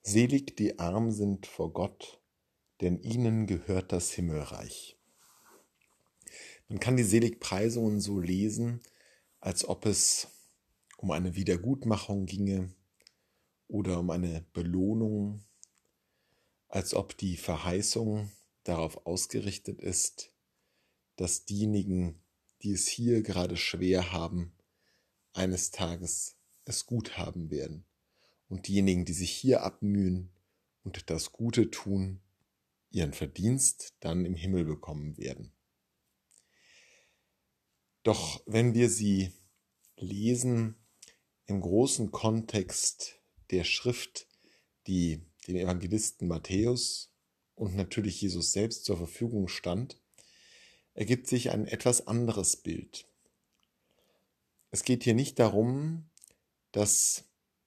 Selig die arm sind vor Gott, denn ihnen gehört das Himmelreich. Man kann die Seligpreisungen so lesen, als ob es um eine Wiedergutmachung ginge oder um eine Belohnung, als ob die Verheißung darauf ausgerichtet ist, dass diejenigen, die es hier gerade schwer haben, eines Tages es gut haben werden. Und diejenigen, die sich hier abmühen und das Gute tun, ihren Verdienst dann im Himmel bekommen werden. Doch wenn wir sie lesen im großen Kontext der Schrift, die dem Evangelisten Matthäus und natürlich Jesus selbst zur Verfügung stand, ergibt sich ein etwas anderes Bild. Es geht hier nicht darum, dass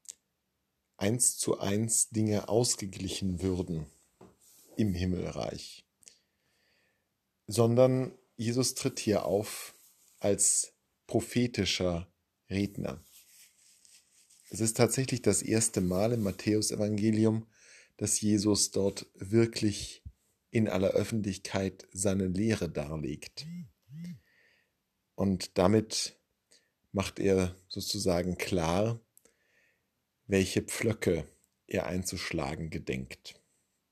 1:1 Dinge ausgeglichen würden im Himmelreich, sondern Jesus tritt hier auf als prophetischer Redner. Es ist tatsächlich das erste Mal im Matthäusevangelium, dass Jesus dort wirklich in aller Öffentlichkeit seine Lehre darlegt. Und damit macht er sozusagen klar, welche Pflöcke er einzuschlagen gedenkt.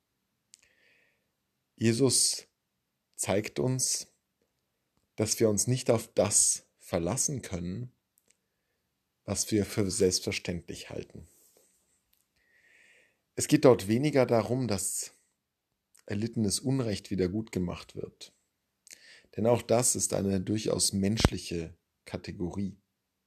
Jesus zeigt uns, dass wir uns nicht auf das verlassen können, was wir für selbstverständlich halten. Es geht dort weniger darum, dass erlittenes Unrecht wieder gut gemacht wird. Denn auch das ist eine durchaus menschliche Kategorie.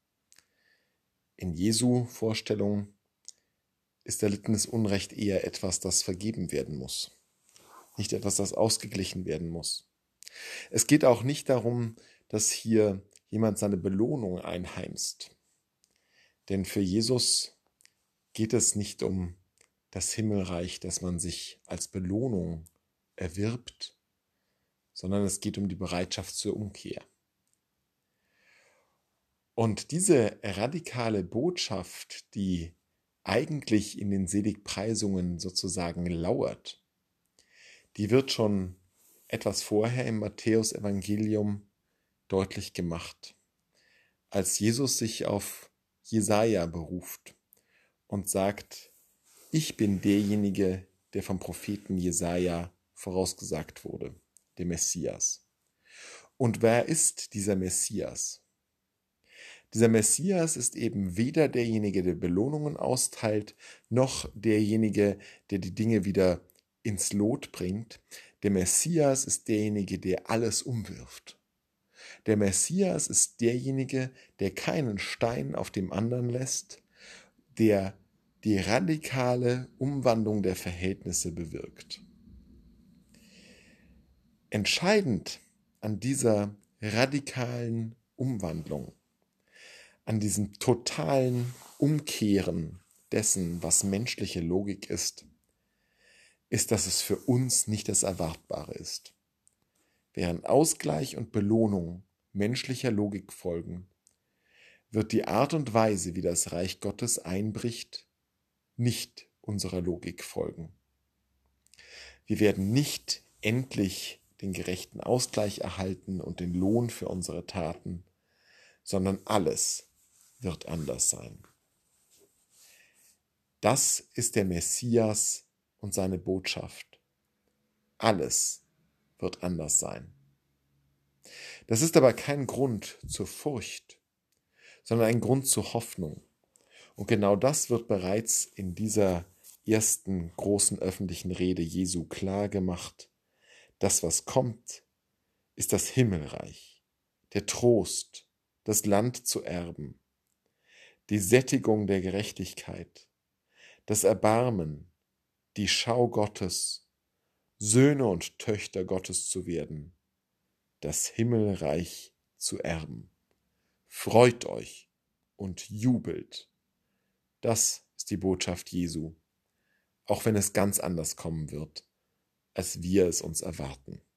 In Jesu Vorstellung ist erlittenes Unrecht eher etwas, das vergeben werden muss, nicht etwas, das ausgeglichen werden muss. Es geht auch nicht darum, dass hier jemand seine Belohnung einheimst. Denn für Jesus geht es nicht um das Himmelreich, das man sich als Belohnung erwirbt, sondern es geht um die Bereitschaft zur Umkehr. Und diese radikale Botschaft, die eigentlich in den Seligpreisungen sozusagen lauert, die wird schon etwas vorher im Matthäusevangelium deutlich gemacht, als Jesus sich auf Jesaja beruft und sagt: Ich bin derjenige, der vom Propheten Jesaja vorausgesagt wurde, der Messias. Und wer ist dieser Messias? Dieser Messias ist eben weder derjenige, der Belohnungen austeilt, noch derjenige, der die Dinge wieder ins Lot bringt. Der Messias ist derjenige, der alles umwirft. Der Messias ist derjenige, der keinen Stein auf dem anderen lässt, der die radikale Umwandlung der Verhältnisse bewirkt. Entscheidend an dieser radikalen Umwandlung, an diesem totalen Umkehren dessen, was menschliche Logik ist, dass es für uns nicht das Erwartbare ist. Während Ausgleich und Belohnung menschlicher Logik folgen, wird die Art und Weise, wie das Reich Gottes einbricht, nicht unserer Logik folgen. Wir werden nicht endlich den gerechten Ausgleich erhalten und den Lohn für unsere Taten, sondern alles wird anders sein. Das ist der Messias und seine Botschaft. Alles wird anders sein. Das ist aber kein Grund zur Furcht, sondern ein Grund zur Hoffnung. Und genau das wird bereits in dieser ersten großen öffentlichen Rede Jesu klar gemacht. Das, was kommt, ist das Himmelreich, der Trost, das Land zu erben, die Sättigung der Gerechtigkeit, das Erbarmen, die Schau Gottes, Söhne und Töchter Gottes zu werden, das Himmelreich zu erben. Freut euch und jubelt. Das ist die Botschaft Jesu, auch wenn es ganz anders kommen wird, als wir es uns erwarten.